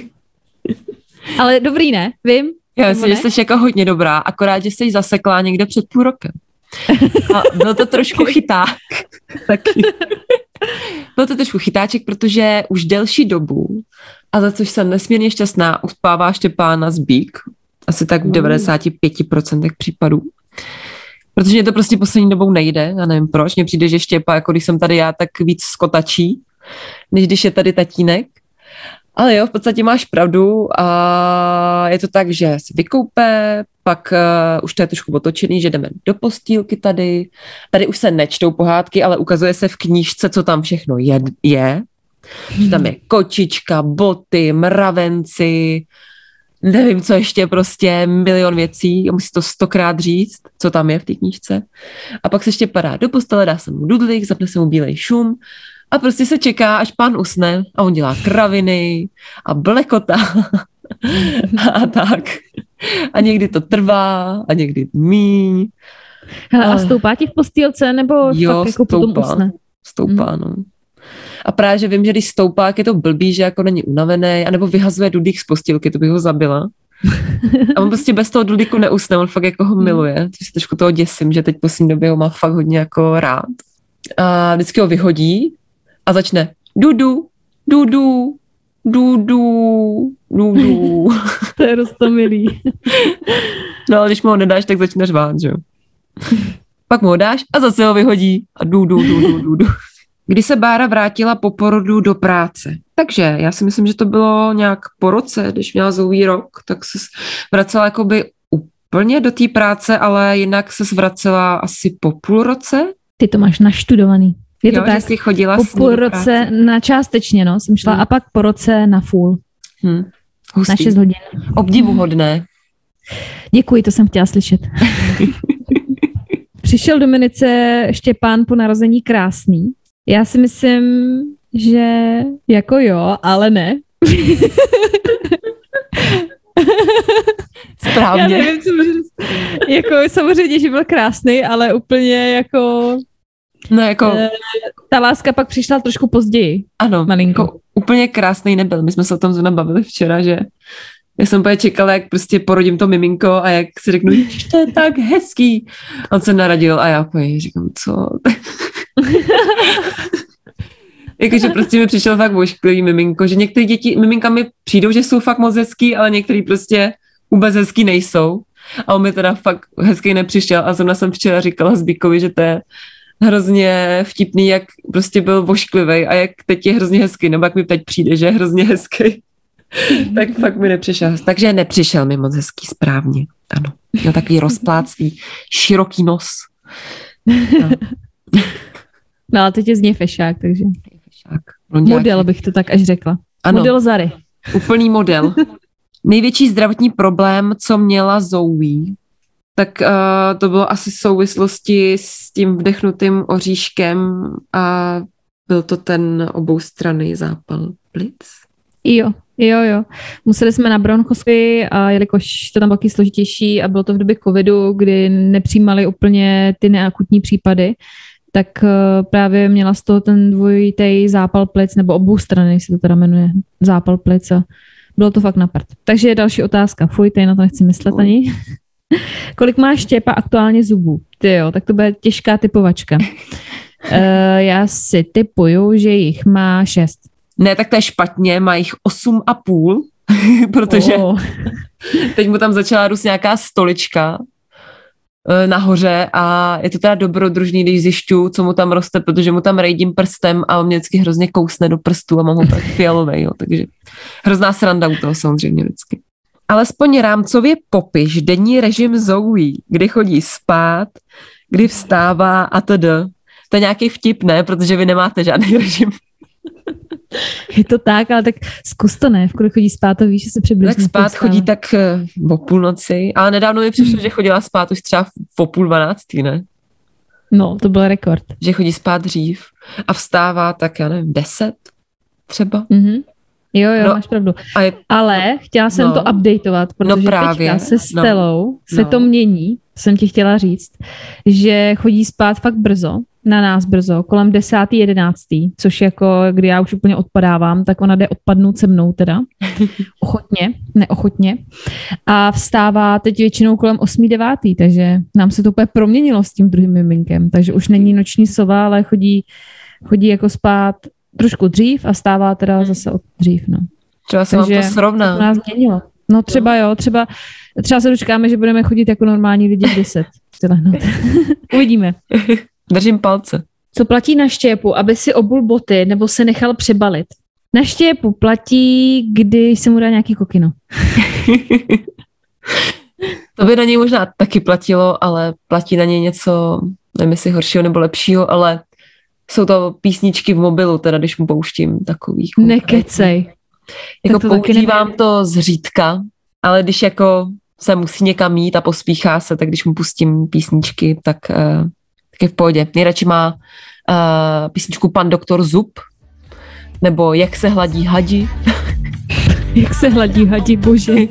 Ale dobrý, ne? Vím? Já myslím, že jsi jako hodně dobrá, akorát, že jsi zasekla někde před půl rokem. A byl to trošku chyták. Taky. Byl to trošku chytáček, protože už delší dobu, a za což jsem nesmírně šťastná, uspává Štěpána Zbík. Asi tak v 95% případů. Protože mě to prostě poslední dobou nejde, já nevím proč, mně přijde, že Štěpa, jako když jsem tady já, tak víc skotačí, než když je tady tatínek. Ale jo, v podstatě máš pravdu a je to tak, že se vykoupe, pak už to je trošku otočený, že jdeme do postýlky tady. Tady už se nečtou pohádky, ale ukazuje se v knížce, co tam všechno je. Že tam je kočička, boty, mravenci, nevím, co ještě, prostě milion věcí a musí to 100krát říct, co tam je v té knížce. A pak se ještě padá do postele, dá se mu dudlík, zapne se mu bílej šum a prostě se čeká, až pán usne a on dělá kraviny a blekotá a tak. A někdy to trvá a někdy míň. Hele, a stoupá ti v postýlce nebo jo, fakt jako potom usne? Stoupá, no. A právě, že vím, že když stoupá, jak je to blbý, že jako není unavený, anebo vyhazuje dudlík z postýlky, to bych ho zabila. A on prostě bez toho dudlíku neusne, on fakt jako ho miluje. Takže se trošku toho děsím, že teď v poslední době ho má fakt hodně jako rád. A vždycky ho vyhodí a začne dudu, dudu, dudu, dudu. To je roztomilý. No ale když mu ho nedáš, tak začne řvát, že jo. Pak mu ho dáš a zase ho vyhodí a dudu, dudu, dudu. Kdy se Bára vrátila po porodu do práce. Takže já si myslím, že to bylo nějak po roce, když měla Zoe rok, tak se vracela jakoby úplně do té práce, ale jinak se vracela asi po půl roce. Ty to máš naštudovaný. Je to jo, tak, že jsi chodila po půl roce na částečně, no, jsem šla a pak po roce na full. Hustý. Na 6 hodin. Obdivuhodné. Děkuji, to jsem chtěla slyšet. Přišel Dominice Štěpán po narození krásný. Já si myslím, že jako jo, ale ne. Správně. Já nevím, co můžu říct. Jako samozřejmě, že byl krásný, ale úplně jako... No jako... Ta láska pak přišla trošku později. Ano, malinko. Jako úplně krásný nebyl. My jsme se o tom zrovna bavili včera, že já jsem úplně čekala, jak prostě porodím to miminko a jak si řeknu, to je tak hezký. On se naradil a já úplně říkám, co? Jakože prostě mi přišel fakt ošklivý miminko, že některé miminka mi přijdou, že jsou fakt moc hezký, ale některý prostě vůbec hezký nejsou. A on mi teda fakt hezký nepřišel a zrovna jsem včera říkala Zbíkovi, že to je hrozně vtipný, jak prostě byl vošklivej a jak teď je hrozně hezký, nebo jak mi teď přijde, že je hrozně hezký. Tak fakt mi nepřišel. Takže nepřišel mi moc hezký, správně. Ano. Měl takový rozpláclý, široký nos. No ale teď je z něj fešák, takže... Fešák. Model bych to tak až řekla. Ano. Model Zary. Úplný model. Největší zdravotní problém, co měla Zoe, tak to bylo asi v souvislosti s tím vdechnutým oříškem a byl to ten oboustranný zápal plic. Jo. Museli jsme na bronchoskopii, a jelikož to tam bylo taky složitější a bylo to v době covidu, kdy nepřijímali úplně ty neakutní případy, tak právě měla z toho ten dvojitý zápal plic, nebo oboustranný se to teda jmenuje, zápal plic a bylo to fakt na prd. Takže je další otázka. Fuj, tady na to nechci myslet ani. Kolik má Štěpa aktuálně zubů? Tyjo, tak to bude těžká typovačka. Já si typuju, že jich má 6. Ne, tak to je špatně, má jich 8,5, protože teď mu tam začala růst nějaká stolička nahoře a je to teda dobrodružný, když zjišťuju, co mu tam roste, protože mu tam rejdím prstem a on mě vždycky hrozně kousne do prstu a mám ho tak fialovej, jo, takže hrozná sranda u toho samozřejmě vždycky. Alespoň rámcově popiš denní režim Zoe, kdy chodí spát, kdy vstává a td. To je nějaký vtip, ne? Protože vy nemáte žádný režim. Je to tak, ale tak zkus to, ne? V kolik chodí spát, to víš, že se přibližně Tak spát chodí tak o půlnoci, ale nedávno mi přišlo, že chodila spát už třeba o 11:30, ne? No, to byl rekord. Že chodí spát dřív a vstává tak, já nevím, 10 třeba. Mhm. Jo, No, máš pravdu. A Ale chtěla jsem to updateovat, protože právě, teďka se Stelou se to mění, jsem ti chtěla říct, že chodí spát fakt brzo, na nás brzo, kolem 10:11, což jako, kdy já už úplně odpadávám, tak ona jde odpadnout se mnou teda, neochotně. A vstává teď většinou kolem 8:09, takže nám se to úplně proměnilo s tím druhým miminkem, takže už není noční sova, ale chodí jako spát trošku dřív a stává teda zase od dřív, no. Třeba se vám to srovná. To nás změnilo. No třeba jo, třeba se dočkáme, že budeme chodit jako normální lidi v 10. Uvidíme. Držím palce. Co platí na štěpu, aby si obul boty nebo se nechal přebalit? Na štěpu platí, když se mu dá nějaký kokino. To by na něj možná taky platilo, ale platí na něj něco, nevím jestli horšího nebo lepšího, ale jsou to písničky v mobilu, teda když mu pouštím takový. Nekecej. Jako používám to zřídka, ale když jako se musí někam jít a pospíchá se, tak když mu pustím písničky, tak je v pohodě. Nejradši má písničku Pan doktor Zub, nebo Jak se hladí hadi. Jak se hladí hadi, bože. Je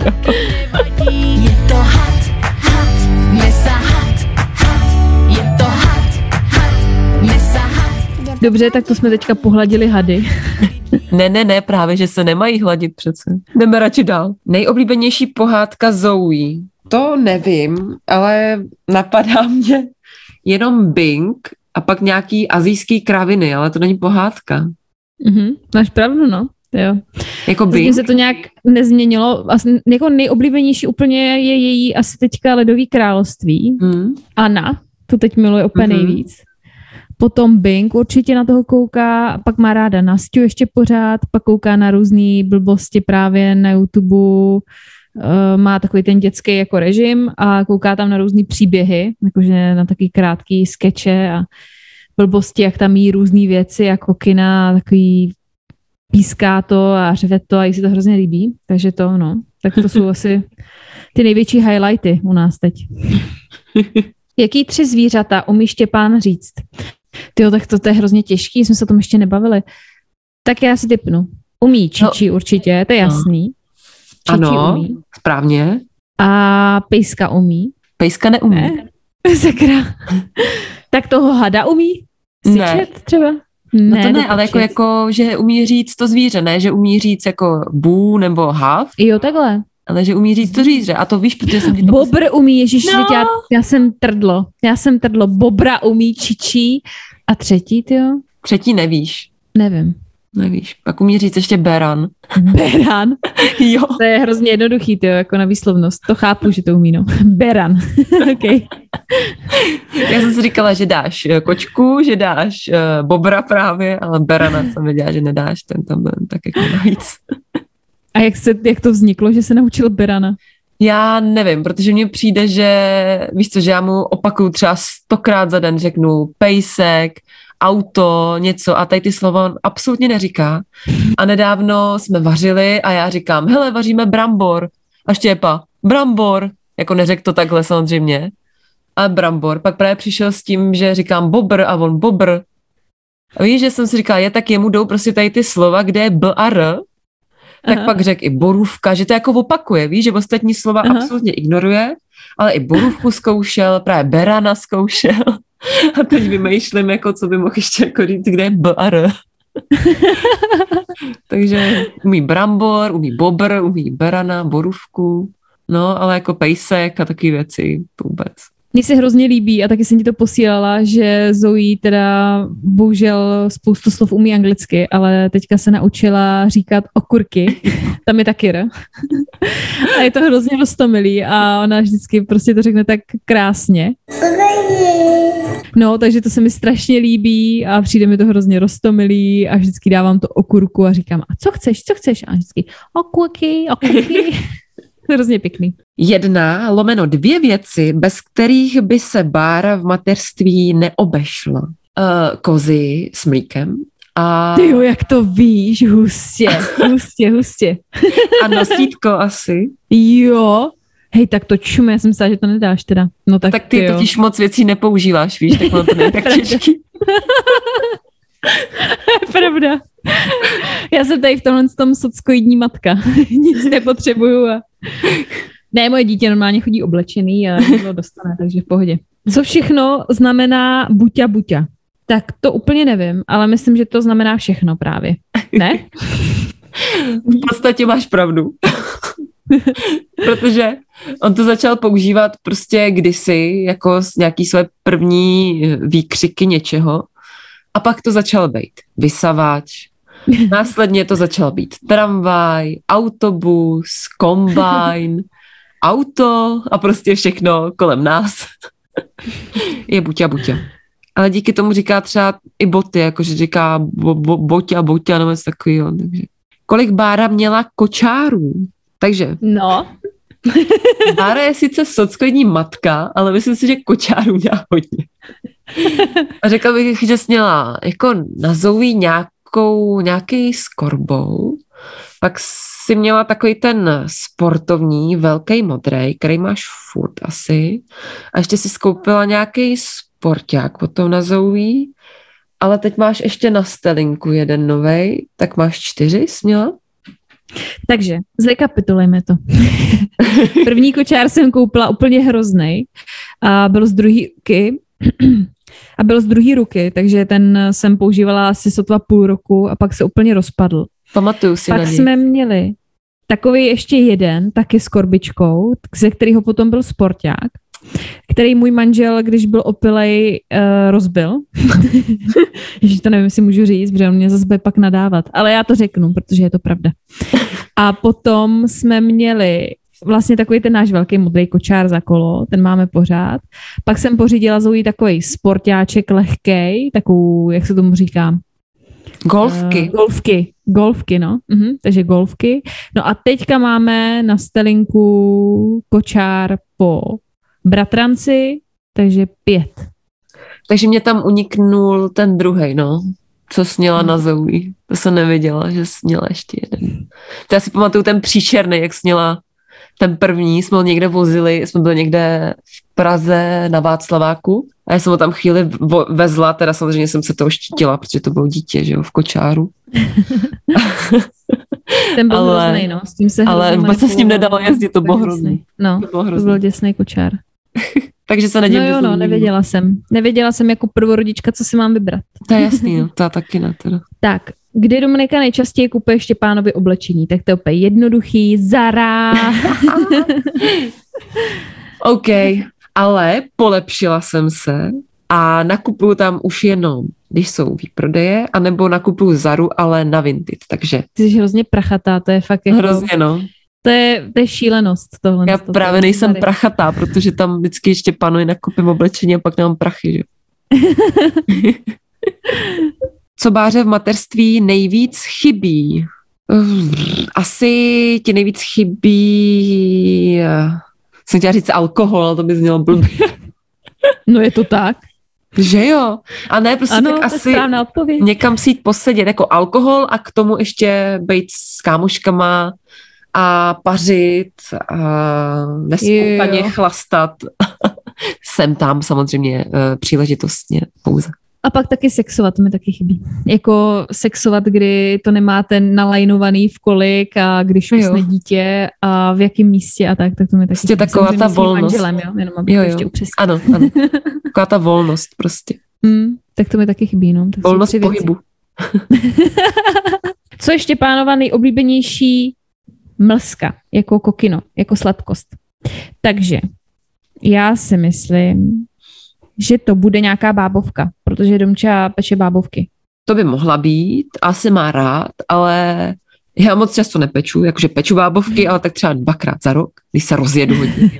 to had, mesa had, je to had, mesa had. Dobře, tak to jsme teďka pohladili hady. Ne, právě, že se nemají hladit přece. Jdeme radši dál. Nejoblíbenější pohádka Zoe. To nevím, ale napadá mě jenom Bing a pak nějaký asijský kraviny, ale to není pohádka. Máš pravdu, no. Jo. Jako Bing? Se to nějak nezměnilo. Jako nejoblíbenější úplně je její asi teďka Ledový království. Anna, to teď miluje úplně nejvíc. Potom Bing určitě na toho kouká, pak má ráda Nasťu ještě pořád, pak kouká na různý blbosti právě na YouTube, má takový ten dětský jako režim a kouká tam na různý příběhy, jakože na taky krátký skeče a blbosti, jak tam jí různý věci jako kina, takový píská to a řve to a jí se to hrozně líbí, takže to, no, tak to jsou asi ty největší highlighty u nás teď. Jaký 3 zvířata umí Štěpán říct? Tyjo, tak to je hrozně těžký, jsme se o tom ještě nebavili. Tak já si tipnu. Umí Čiči určitě, to je jasný. Čiči umí. Správně. A pejska umí. Pejska neumí. Ne? Sakra. Tak toho hada umí? Syčet třeba? Ne, no to ne, ale jako, že umí říct to zvíře, ne, že umí říct jako bů nebo hav. Jo, takhle. Ale že umí říct to zvíře. A to víš, protože jsem... Bobr umí, ježiš, já jsem trdlo. Bobra umí, Čičí. A třetí, tyjo? Třetí nevíš. Nevím. Nevíš. Pak umí říct ještě beran. Beran? Jo. To je hrozně jednoduchý, tyjo, jako na výslovnost. To chápu, že to umí, no. Beran. Okay. Já jsem si říkala, že dáš kočku, že dáš bobra právě, ale berana jsem věděla, že nedáš, ten tam byl tak jako navíc. A jak to vzniklo, že se naučil berana? Já nevím, protože mně přijde, že víš co, že já mu opakuju třeba 100krát za den, řeknu pejsek, auto, něco a tady ty slova on absolutně neříká. A nedávno jsme vařili a já říkám, hele, vaříme brambor. A Štěpa, brambor. Jako neřekl to takhle samozřejmě. A brambor. Pak právě přišel s tím, že říkám bobr a on bobr. A víš, že jsem si říkala, tak jemu jdou prostě tady ty slova, kde je b a r. Tak pak řekl i borůvka, že to jako opakuje, víš, že ostatní slova absolutně ignoruje, ale i borůvku zkoušel, právě berana zkoušel a teď vymýšlím, jako co by mohl ještě jako říct, kde je b a r. Takže umí brambor, umí bobr, umí berana, borůvku, no, ale jako pejsek a taky věci vůbec. Mně se hrozně líbí a taky jsem ti to posílala, že Zoe teda bohužel spoustu slov umí anglicky, ale teďka se naučila říkat okurky. Tam je taky R. A je to hrozně roztomilý a ona vždycky prostě to řekne tak krásně. No, takže to se mi strašně líbí a přijde mi to hrozně roztomilý a vždycky dávám to okurku a říkám, a co chceš? A vždycky okurky. Hrozně pěkný. 1/2 věci, bez kterých by se Bára v mateřství neobešla. Kozy s mlíkem. Tyjo, jak to víš, hustě. A nosítko asi. Jo. Hej, tak to čume, já jsem myslela, že to nedáš teda. No tak ty tyjo. totiž moc věcí nepoužíváš, víš, tak to není tak těžký. Pravda. Já jsem tady v tomhle tom sockoidní matka. Nic nepotřebuju. Ne, moje dítě normálně chodí oblečený a jídlo dostane, takže v pohodě. Co všechno znamená buťa? Tak to úplně nevím, ale myslím, že to znamená všechno právě. Ne? V podstatě máš pravdu. Protože on to začal používat prostě kdysi, jako nějaký své první výkřiky něčeho. A pak to začal být vysavač. Následně to začal být tramvaj, autobus, kombajn, auto a prostě všechno kolem nás je buťa. Ale díky tomu říká třeba i boty, jakože říká boťa nebo něco takového. Takže. Kolik Bára měla kočárů? Takže no. Bára je sice sockoidní matka, ale myslím si, že kočárů měla hodně. A řekla bych, že jsi měla jako na Zoe nějaký s korbou, pak si měla takový ten sportovní, velký modrej, který máš furt asi. A ještě si skoupila nějaký sporták potom na Zoe, ale teď máš ještě na Stelinku jeden novej, tak máš 4 jsi měla? Takže, zrekapitulujeme to. První kočár jsem koupila úplně hroznej a byl z druhé ruky, takže ten jsem používala asi sotva půl roku a pak se úplně rozpadl. Pamatuju si pak na něj. Jsme měli takový ještě jeden, taky s korbičkou, ze kterého potom byl sporták, který můj manžel, když byl opilej, rozbil. Ježiš, to nevím, jestli můžu říct, protože on mě zase bude pak nadávat, ale já to řeknu, protože je to pravda. A potom jsme měli vlastně takový ten náš velký modrý kočár za kolo, ten máme pořád. Pak jsem pořídila Zoe takový sportáček lehkej, takovou, jak se tomu říká? Golfky, no. Takže golfky. No a teďka máme na Stelinku kočár po bratranci, takže 5. Takže mě tam uniknul ten druhej, no. Co jsi měla na Zoe. To jsem nevěděla, že jsi měla ještě jeden. To já si pamatuju ten příšerný, jak jsi měla ten první, jsme ho někde vozili, jsme byli někde v Praze na Václaváku a já jsem ho tam chvíli vezla, teda samozřejmě jsem se toho štítila, protože to bylo dítě, že jo, v kočáru. Ten byl hrozný, no. S tím se ale vůbec se s ním nedalo jezdit, to bylo hrozný. No, to byl děsný kočár. Takže se nedivím. No jo, no, nevěděla jsem jako prvorodička, co si mám vybrat. To je jasný, no, to taky ne. Teda. Tak, kdy Dominika nejčastěji kupuje Štěpánovi oblečení? Tak to je opět jednoduchý, Zara. OK, ale polepšila jsem se a nakupuju tam už jenom, když jsou výprodeje, anebo nakupuju Zaru, ale na Vinted, takže. Ty jsi hrozně prachatá, to je fakt jako. Hrozně, no. To je šílenost tohle. Já právě nejsem prachatá, protože tam vždycky ještě panuje, nakupím oblečení a pak nemám prachy, že? Co Báře v mateřství nejvíc chybí? Asi ti nejvíc chybí... Jsem chtěla říct alkohol, ale to by znělo blbě. No je to tak. Že jo? A ne, prostě ano, tak asi někam si jít posedět, jako alkohol a k tomu ještě být s kámoškama a pařit a nespoukaně chlastat. Jsem tam samozřejmě příležitostně pouze. A pak taky sexovat, to mi taky chybí. Jako sexovat, kdy to nemáte nalajnovaný v kolik a když usne dítě a v jakém místě a tak to mi taky prostě chybí. Taková ta volnost. Manželem, jo? Jenom abych to ještě upřesnila. Ano. Taková ta volnost prostě. Tak to mi taky chybí. No. Tak volnost pohybu. Co je Štěpánova nejoblíbenější mlska, jako kokino, jako sladkost? Takže Já si myslím, že to bude nějaká bábovka, protože Domča peče bábovky. To by mohla být, asi má rád, ale já moc často nepeču, jakože peču bábovky, ale tak třeba 2krát za rok, když se rozjedu hodně.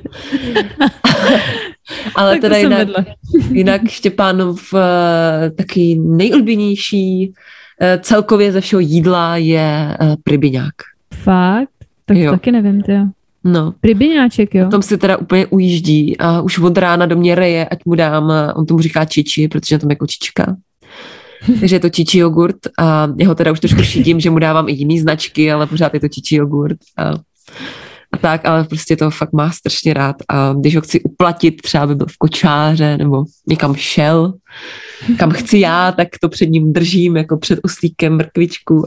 Ale teda jinak Štěpánov taky nejoblíbenější celkově ze všeho jídla je prybiňák. Fakt? Tak jo. Taky nevím, ty. No. Prybiňáček, jo. O tom si teda úplně ujíždí a už od rána do mě reje, ať mu dám, on tomu říká čiči, protože je tam jako čička. Takže je to čiči jogurt a jeho teda už trošku šídím, že mu dávám i jiný značky, ale pořád je to čiči jogurt a tak, ale prostě to fakt má strašně rád a když ho chci uplatit, třeba by byl v kočáře nebo někam šel, kam chci já, tak to před ním držím jako před oslíkem mrkvičku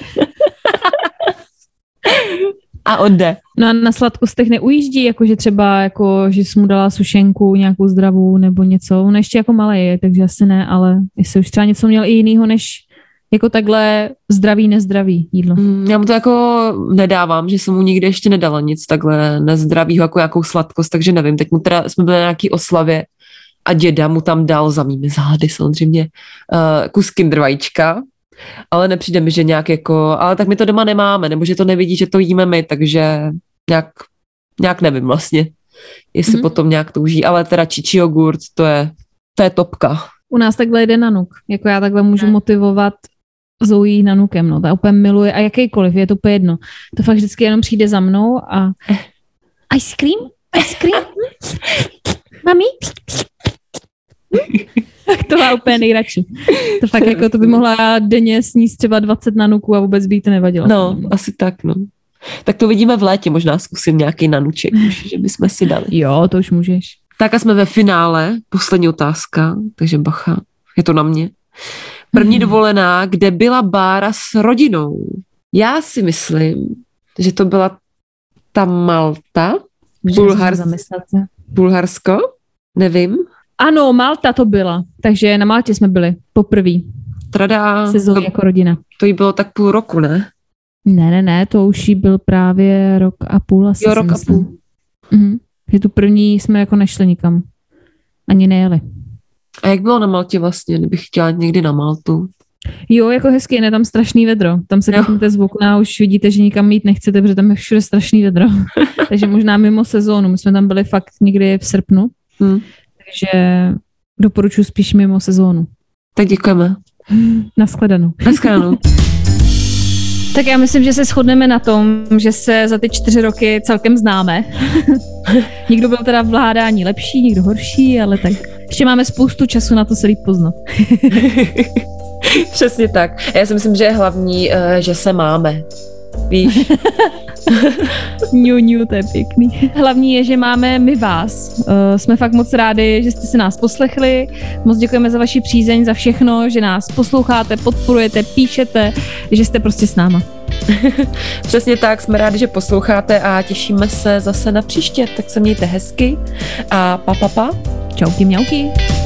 a on jde. No a na sladkostech neujíždí, jakože třeba, jako, že jsi mu dala sušenku nějakou zdravou nebo něco. On ještě jako malý je, takže asi ne, ale jestli už třeba něco měl i jinýho, než jako takhle zdravý, nezdravý jídlo. Já mu to jako nedávám, že jsem mu nikdy ještě nedala nic takhle nezdravýho, jako jakou sladkost, takže nevím. Teď mu teda jsme byli na nějaký oslavě a děda mu tam dal za mými zády samozřejmě kus Kinder vajíčka. Ale nepřijde mi, že nějak jako, ale tak my to doma nemáme, nebo že to nevidí, že to jíme my, takže nějak nevím vlastně, jestli potom nějak touží, ale teda čiči jogurt, to je topka. U nás takhle jde nanuk, jako já takhle můžu motivovat Zoe nanukem, no, ta úplně miluje a jakýkoliv, je to úplně jedno. To fakt vždycky jenom přijde za mnou a ice cream, mami? Tak to má úplně nejradši. To fakt jako to by mohla denně sníst třeba 20 nanuků a vůbec by jí to nevadilo. No, asi tak, no. Tak to vidíme v létě, možná zkusím nějaký nanuček, že bychom si dali. Jo, to už můžeš. Tak a jsme ve finále, poslední otázka, takže bacha, je to na mě. První dovolená, kde byla Bára s rodinou? Já si myslím, že to byla ta Malta, Bulharsko, nevím. Ano, Malta to byla, takže na Maltě jsme byli poprvý. Trada. Sezóny jako rodina. To jí bylo tak půl roku, ne? Ne, to už jí byl právě rok a půl asi. Jo, rok a půl. Že tu první jsme jako nešli nikam. Ani nejeli. A jak bylo na Maltě vlastně, kdybych chtěla někdy na Maltu? Jo, jako hezky, je tam strašný vedro. Tam se kouknete z okna a už vidíte, že nikam jít nechcete, protože tam je všude strašný vedro. Takže možná mimo sezónu. My jsme tam byli fakt někdy v srpnu. Takže doporučuji spíš mimo sezónu. Tak děkujeme. Nashledanou. Tak já myslím, že se shodneme na tom, že se za ty 4 roky celkem známe. Někdo byl teda v hádání lepší, někdo horší, ale tak ještě máme spoustu času na to se líp poznat. Přesně tak. Já si myslím, že je hlavní, že se máme. Víš? To je pěkný. Hlavní je, že máme my vás. Jsme fakt moc rádi, že jste si nás poslechli. Moc děkujeme za vaši přízeň, za všechno, že nás posloucháte, podporujete, píšete, že jste prostě s náma. Přesně tak, jsme rádi, že posloucháte a těšíme se zase na příště. Tak se mějte hezky a pa. Čauky mňauky.